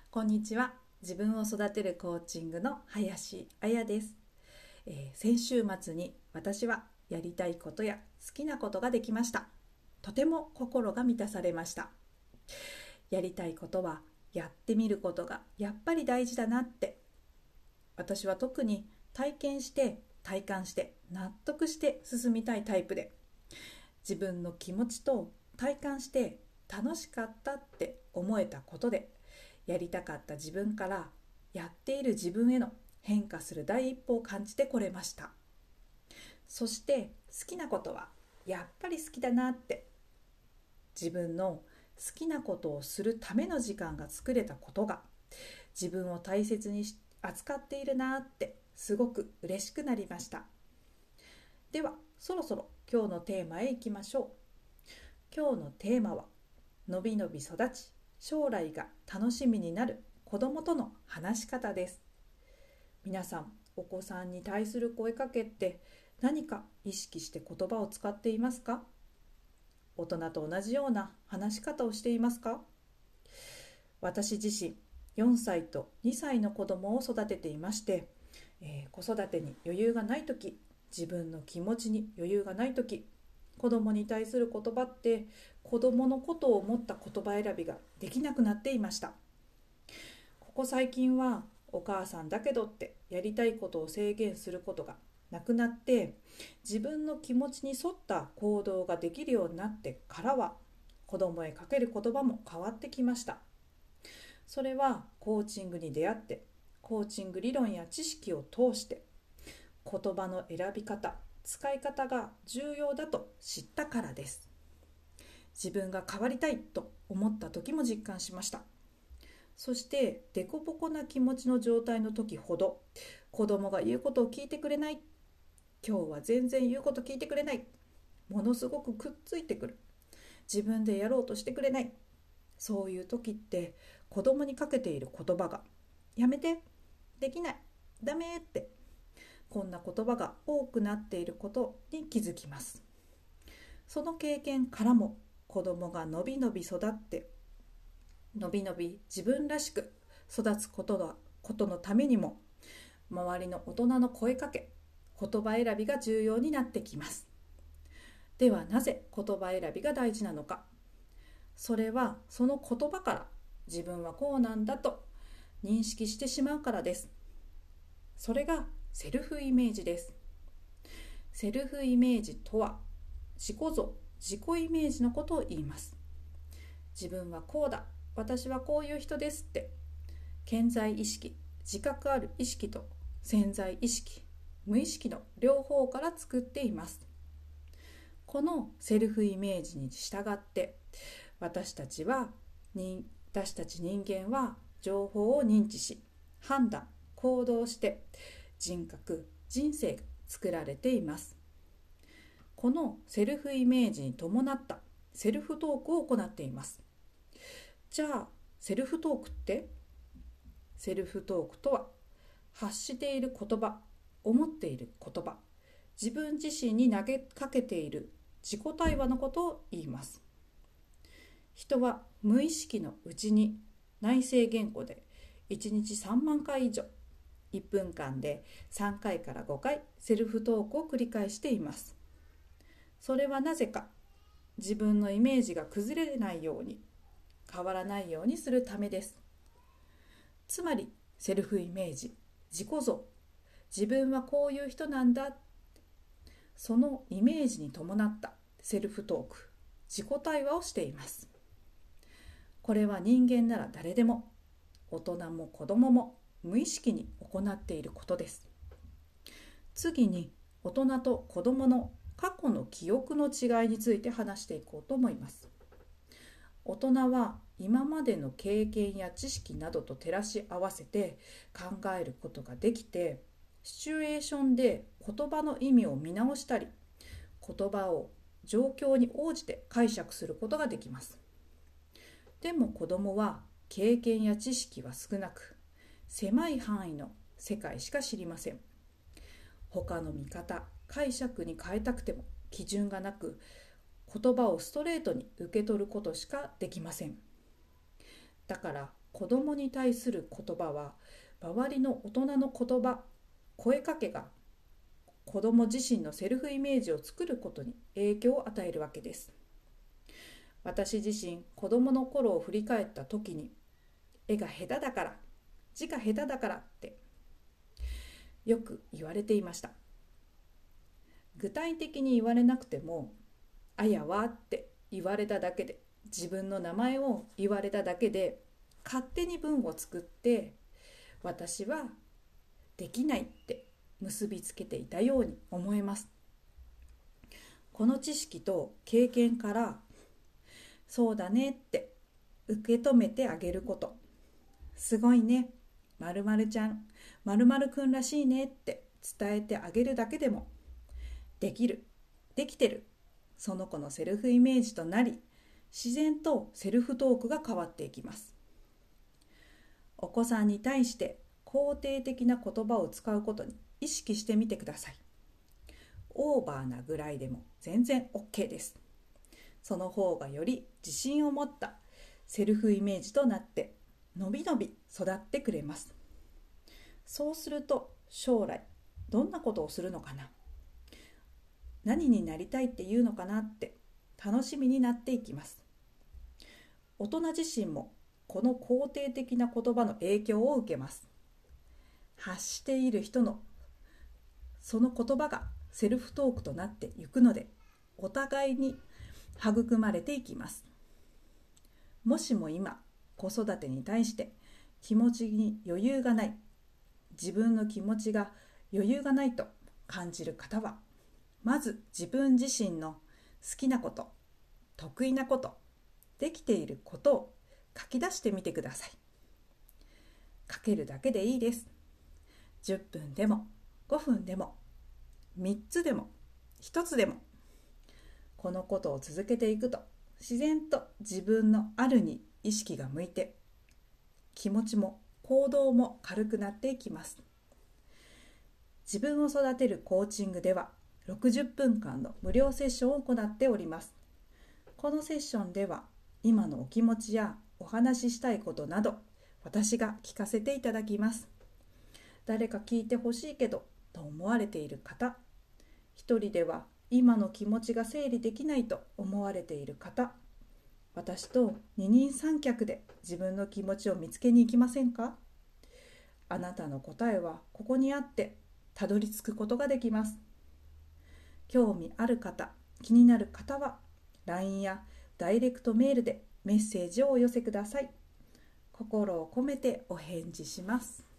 こんにちは。自分を育てるコーチングの林彩です。先週末に私はやりたいことや好きなことができました。とても心が満たされました。やりたいことはやってみることがやっぱり大事だなって、私は特に体験して体感して納得して進みたいタイプで、自分の気持ちと体感して楽しかったって思えたことで、やりたかった自分からやっている自分への変化する第一歩を感じてこれました。そして好きなことはやっぱり好きだなって、自分の好きなことをするための時間が作れたことが、自分を大切に扱っているなってすごく嬉しくなりました。ではそろそろ今日のテーマへ行きましょう。今日のテーマは、のびのび育ち将来が楽しみになる子どもとの話し方です。皆さん、お子さんに対する声かけって何か意識して言葉を使っていますか？大人と同じような話し方をしていますか？私自身4歳と2歳の子供を育てていまして、子育てに余裕がないとき、自分の気持ちに余裕がないとき、子供に対する言葉って子供のことを思った言葉選びができなくなっていました。ここ最近はお母さんだけどってやりたいことを制限することがなくなって、自分の気持ちに沿った行動ができるようになってからは、子供へかける言葉も変わってきました。それはコーチングに出会って、コーチング理論や知識を通して言葉の選び方、使い方が重要だと知ったからです。自分が変わりたいと思った時も実感しました。そしてデコボコな気持ちの状態の時ほど、子供が言うことを聞いてくれない、今日は全然言うこと聞いてくれない、ものすごくくっついてくる、自分でやろうとしてくれない、そういう時って子供にかけている言葉が、やめて、できない、ダメって、こんな言葉が多くなっていることに気づきます。その経験からも、子供がのびのび育って、のびのび自分らしく育つことのためにも、周りの大人の声かけ、言葉選びが重要になってきます。ではなぜ言葉選びが大事なのか。それはその言葉から自分はこうなんだと認識してしまうからです。それがセルフイメージです。セルフイメージとは、自己像、自己イメージのことを言います。自分はこうだ、私はこういう人ですって、顕在意識、自覚ある意識と潜在意識、無意識の両方から作っています。このセルフイメージに従って、私たち人間は情報を認知し、判断、行動して人格、人生が作られています。このセルフイメージに伴ったセルフトークを行っています。じゃあセルフトークって？セルフトークとは、発している言葉、思っている言葉、自分自身に投げかけている自己対話のことを言います。人は無意識のうちに内省言語で1日3万回以上、1分間で3回から5回セルフトークを繰り返しています。それはなぜか、自分のイメージが崩れないように、変わらないようにするためです。つまりセルフイメージ、自己像、自分はこういう人なんだ、そのイメージに伴ったセルフトーク、自己対話をしています。これは人間なら誰でも、大人も子供も無意識に行っていることです。次に、大人と子供の過去の記憶の違いについて話していこうと思います。大人は今までの経験や知識などと照らし合わせて考えることができて、シチュエーションで言葉の意味を見直したり、言葉を状況に応じて解釈することができます。でも子供は経験や知識は少なく、狭い範囲の世界しか知りません。他の見方、解釈に変えたくても基準がなく、言葉をストレートに受け取ることしかできません。だから子供に対する言葉は周りの大人の言葉、声かけが子供自身のセルフイメージを作ることに影響を与えるわけです。私自身、子供の頃を振り返った時に、絵が下手だから、字が下手だからってよく言われていました。具体的に言われなくても、あやはって言われただけで、自分の名前を言われただけで、勝手に文を作って、私はできないって結びつけていたように思えます。この知識と経験から、そうだねって受け止めてあげること、すごいね、〇〇ちゃん、〇〇くんらしいねって伝えてあげるだけでも、できる、できてる、その子のセルフイメージとなり、自然とセルフトークが変わっていきます。お子さんに対して肯定的な言葉を使うことに意識してみてください。オーバーなぐらいでも全然 OK です。その方がより自信を持ったセルフイメージとなって、のびのび育ってくれます。そうすると将来どんなことをするのかな、何になりたいっていうのかなって楽しみになっていきます。大人自身もこの肯定的な言葉の影響を受けます。発している人のその言葉がセルフトークとなっていくので、お互いに育まれていきます。もしも今、子育てに対して気持ちに余裕がない、自分の気持ちが余裕がないと感じる方は、まず自分自身の好きなこと、得意なこと、できていることを書き出してみてください。書けるだけでいいです。10分でも5分でも3つでも1つでも、このことを続けていくと、自然と自分のあるに意識が向いて、気持ちも行動も軽くなっていきます。自分を育てるコーチングでは60分間の無料セッションを行っております。このセッションでは今のお気持ちやお話ししたいことなど、私が聞かせていただきます。誰か聞いてほしいけどと思われている方、一人では今の気持ちが整理できないと思われている方、私と二人三脚で自分の気持ちを見つけに行きませんか？あなたの答えはここにあって、たどり着くことができます。興味ある方、気になる方は LINE やダイレクトメールでメッセージをお寄せください。心を込めてお返事します。